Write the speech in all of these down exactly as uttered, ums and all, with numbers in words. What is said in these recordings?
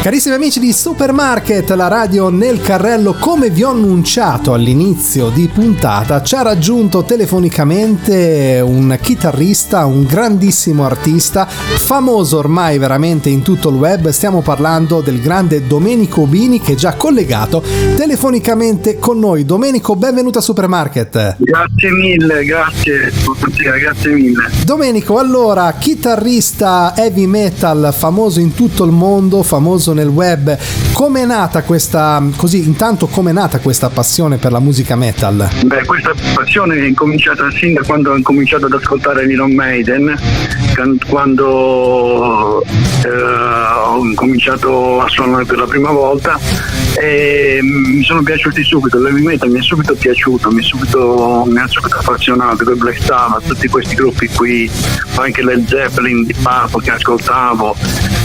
Carissimi amici di Supermarket, la radio nel carrello, come vi ho annunciato all'inizio di puntata, ci ha raggiunto telefonicamente un chitarrista, un grandissimo artista, famoso ormai veramente in tutto il web. Stiamo parlando del grande Domenico Ubini, che è già collegato telefonicamente con noi. Domenico, benvenuto a Supermarket. Grazie mille, grazie, buonasera, grazie mille. Domenico, allora, chitarrista heavy metal, famoso in tutto il mondo, famoso nel web. Come è nata questa, così intanto come è nata questa passione per la musica metal? Beh, questa passione è cominciata sin da quando ho cominciato ad ascoltare Iron Maiden, quando eh, ho cominciato a suonare per la prima volta, e mi sono piaciuti subito, l'heavy metal mi è subito piaciuto, mi è subito, mi ha subito affezionato, con Black Sabbath, tutti questi gruppi qui, anche Led Zeppelin di Purple che ascoltavo,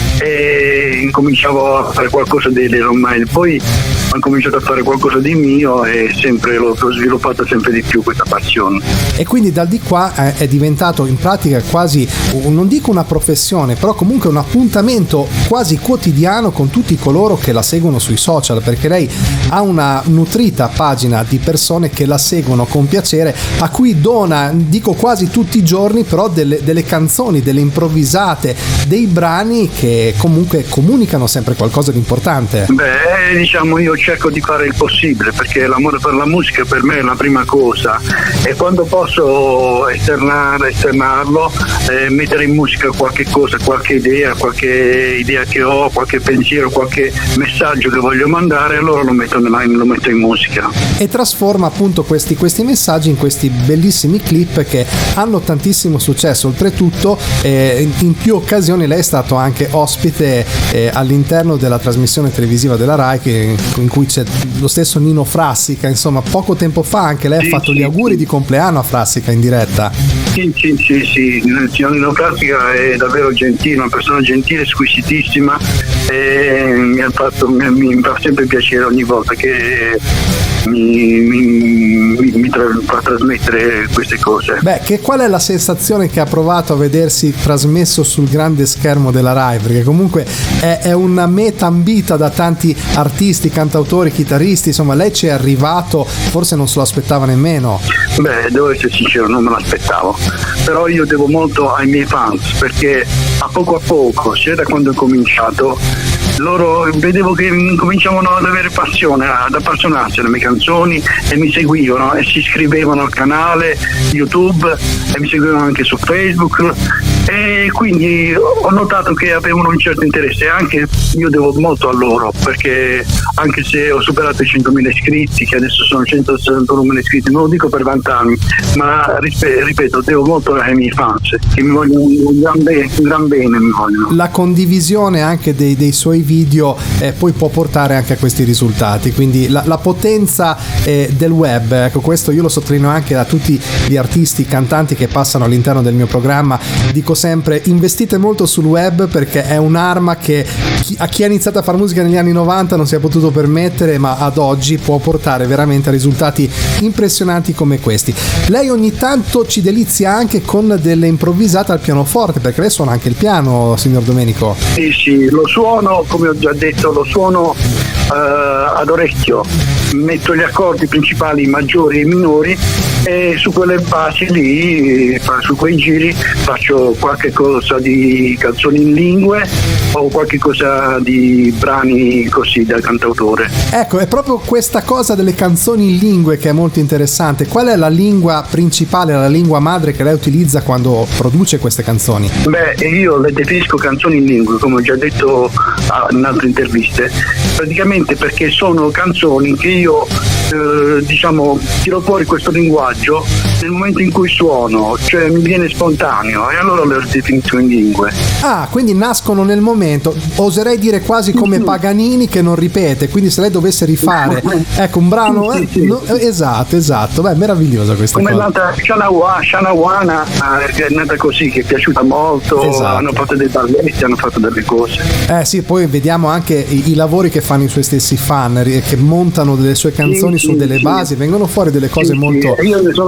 e incominciavo a fare qualcosa di Iron Maiden. Poi ho cominciato a fare qualcosa di mio e sempre l'ho, l'ho sviluppata sempre di più questa passione. E quindi dal di qua è, è diventato in pratica quasi, non dico una professione, però comunque un appuntamento quasi quotidiano con tutti coloro che la seguono sui social, perché lei ha una nutrita pagina di persone che la seguono con piacere, a cui dona, dico quasi tutti i giorni, però delle, delle canzoni, delle improvvisate, dei brani che comunque comunicano sempre qualcosa di importante. Beh, diciamo, io cerco di fare il possibile, perché l'amore per la musica per me è la prima cosa, e quando posso esternare, esternarlo, eh, mettere in musica qualche cosa, qualche idea, qualche idea che ho, qualche pensiero, qualche messaggio che voglio mandare, allora lo metto, nella, lo metto in musica. E trasforma appunto questi, questi messaggi in questi bellissimi clip che hanno tantissimo successo. Oltretutto eh, in più occasioni lei è stato anche ospite eh, all'interno della trasmissione televisiva della Rai, che, in cui c'è lo stesso Nino Frassica. Insomma, poco tempo fa anche lei sì, ha fatto sì, gli auguri sì. di compleanno a Frassica in diretta. Sì, sì, sì, sì. Il signor Nino Frassica è davvero gentile, una persona gentile, squisitissima, e mi ha fatto, mi, mi fa sempre piacere ogni volta che mi, mi, mi, mi tra, fa trasmettere queste cose. Beh, che qual è la sensazione che ha provato a vedersi trasmesso sul grande schermo della Rai? Perché comunque è, è una meta ambita da tanti artisti, cantautori, chitarristi, insomma lei ci è arrivato, forse non se lo aspettava nemmeno. Beh, devo essere sincero, non me l'aspettavo, però io devo molto ai miei fans, perché a poco a poco, sia da quando ho cominciato, loro vedevo che cominciavano ad avere passione, ad appassionarsi alle mie canzoni, e mi seguivano e si iscrivevano al canale YouTube e mi seguivano anche su Facebook, e quindi ho notato che avevano un certo interesse, e anche io devo molto a loro, perché anche se ho superato i centomila iscritti, che adesso sono centosessantunomila iscritti, non lo dico per vantarmi, ma ripeto, devo molto ai miei fans che mi vogliono un gran bene, un gran bene mi vogliono. La condivisione anche dei, dei suoi video eh, poi può portare anche a questi risultati, quindi la, la potenza eh, del web, ecco, questo io lo sottolineo anche a tutti gli artisti, cantanti che passano all'interno del mio programma. Dico sempre, investite molto sul web, perché è un'arma che chi, a chi ha iniziato a fare musica negli anni novanta non si è potuto permettere, ma ad oggi può portare veramente a risultati impressionanti come questi. Lei ogni tanto ci delizia anche con delle improvvisate al pianoforte, perché lei suona anche il piano, signor Domenico. Sì, sì, lo suono, come ho già detto, lo suono uh, ad orecchio, metto gli accordi principali maggiori e minori, e su quelle basi lì, su quei giri, faccio qualche cosa di canzoni in lingue o qualche cosa di brani così da cantautore. Ecco, è proprio questa cosa delle canzoni in lingue che è molto interessante. Qual è la lingua principale, la lingua madre che lei utilizza quando produce queste canzoni? Beh, io le definisco canzoni in lingue, come ho già detto in altre interviste, praticamente perché sono canzoni che io eh, diciamo tiro fuori questo linguaggio nel momento in cui suono, cioè mi viene spontaneo, e allora le definisco in lingue. Ah, quindi nascono nel momento, oserei dire quasi come Paganini che non ripete, quindi se lei dovesse rifare ecco un brano eh, sì, sì. No, esatto, esatto, beh, meravigliosa questa come cosa. Come è nata Shanawa, Shanawana, è nata così, che è piaciuta molto, esatto. Hanno fatto dei balletti, hanno fatto delle cose. Eh sì, poi vediamo anche i, i lavori che fanno i suoi stessi fan, che montano delle sue canzoni sì, su sì, delle sì. basi, vengono fuori delle cose sì, molto sì. Io ne sono, ne sono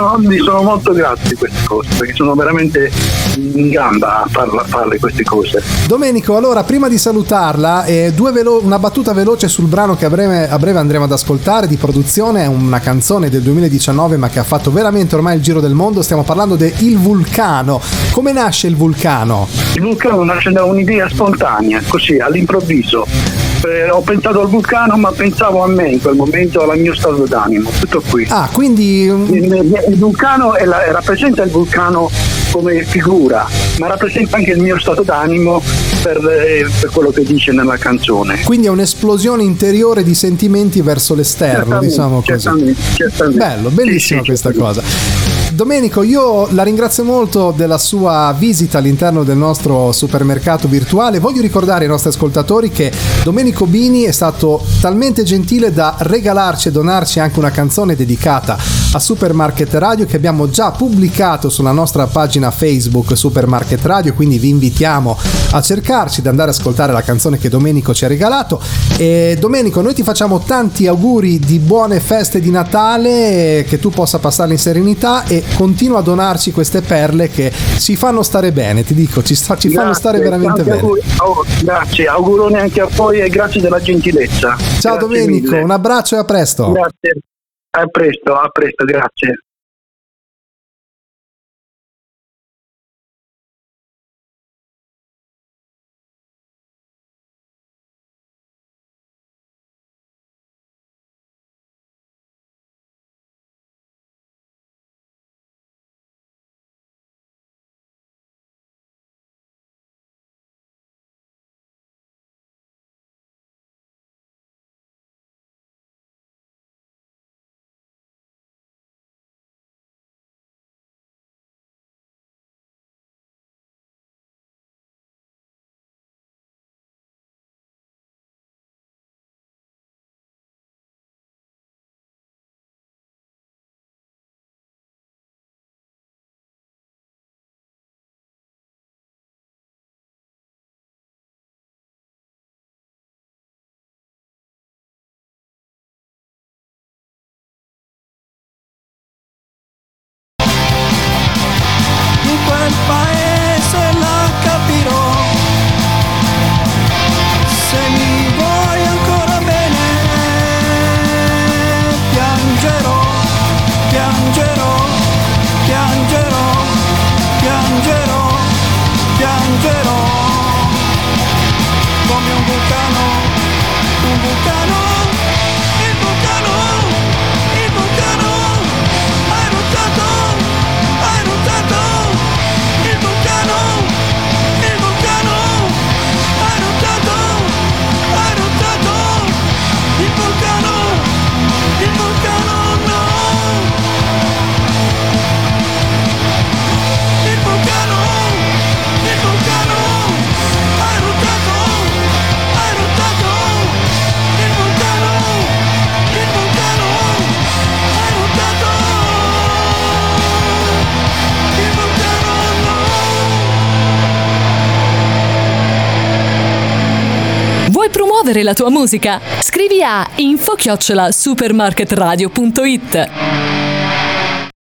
sono, gli sono molto grato di queste cose, perché sono veramente in gamba a farla, farle queste cose. Domenico, allora prima di salutarla, eh, due velo- una battuta veloce sul brano che a breve, a breve andremo ad ascoltare, di produzione, è una canzone del duemiladiciannove ma che ha fatto veramente ormai il giro del mondo. Stiamo parlando di Il Vulcano. Come nasce il vulcano? Il vulcano nasce da un'idea spontanea, così all'improvviso. Eh, ho pensato al vulcano, ma pensavo a me in quel momento, al mio stato d'animo, tutto qui. Ah, quindi il, il vulcano è la, rappresenta il vulcano come figura, ma rappresenta anche il mio stato d'animo per, eh, per quello che dice nella canzone. Quindi è un'esplosione interiore di sentimenti verso l'esterno, certamente, diciamo così. Certamente, certamente. Bello, bellissima sì, sì, questa certamente. cosa. Domenico, io la ringrazio molto della sua visita all'interno del nostro supermercato virtuale. Voglio ricordare ai nostri ascoltatori che Domenico Bini è stato talmente gentile da regalarci e donarci anche una canzone dedicata a Supermarket Radio che abbiamo già pubblicato sulla nostra pagina Facebook Supermarket Radio, quindi vi invitiamo a cercarci, ad andare ad ascoltare la canzone che Domenico ci ha regalato. E Domenico, noi ti facciamo tanti auguri di buone feste di Natale, che tu possa passarle in serenità e continua a donarci queste perle che ci fanno stare bene, ti dico, ci, sta, ci grazie, fanno stare veramente bene. Auguri, oh, grazie, auguroni anche a voi e grazie della gentilezza. Ciao grazie Domenico, mille. Un abbraccio e a presto. Grazie, a presto, a presto, grazie. La tua musica? Scrivi a info chiocciola supermarketradio punto it.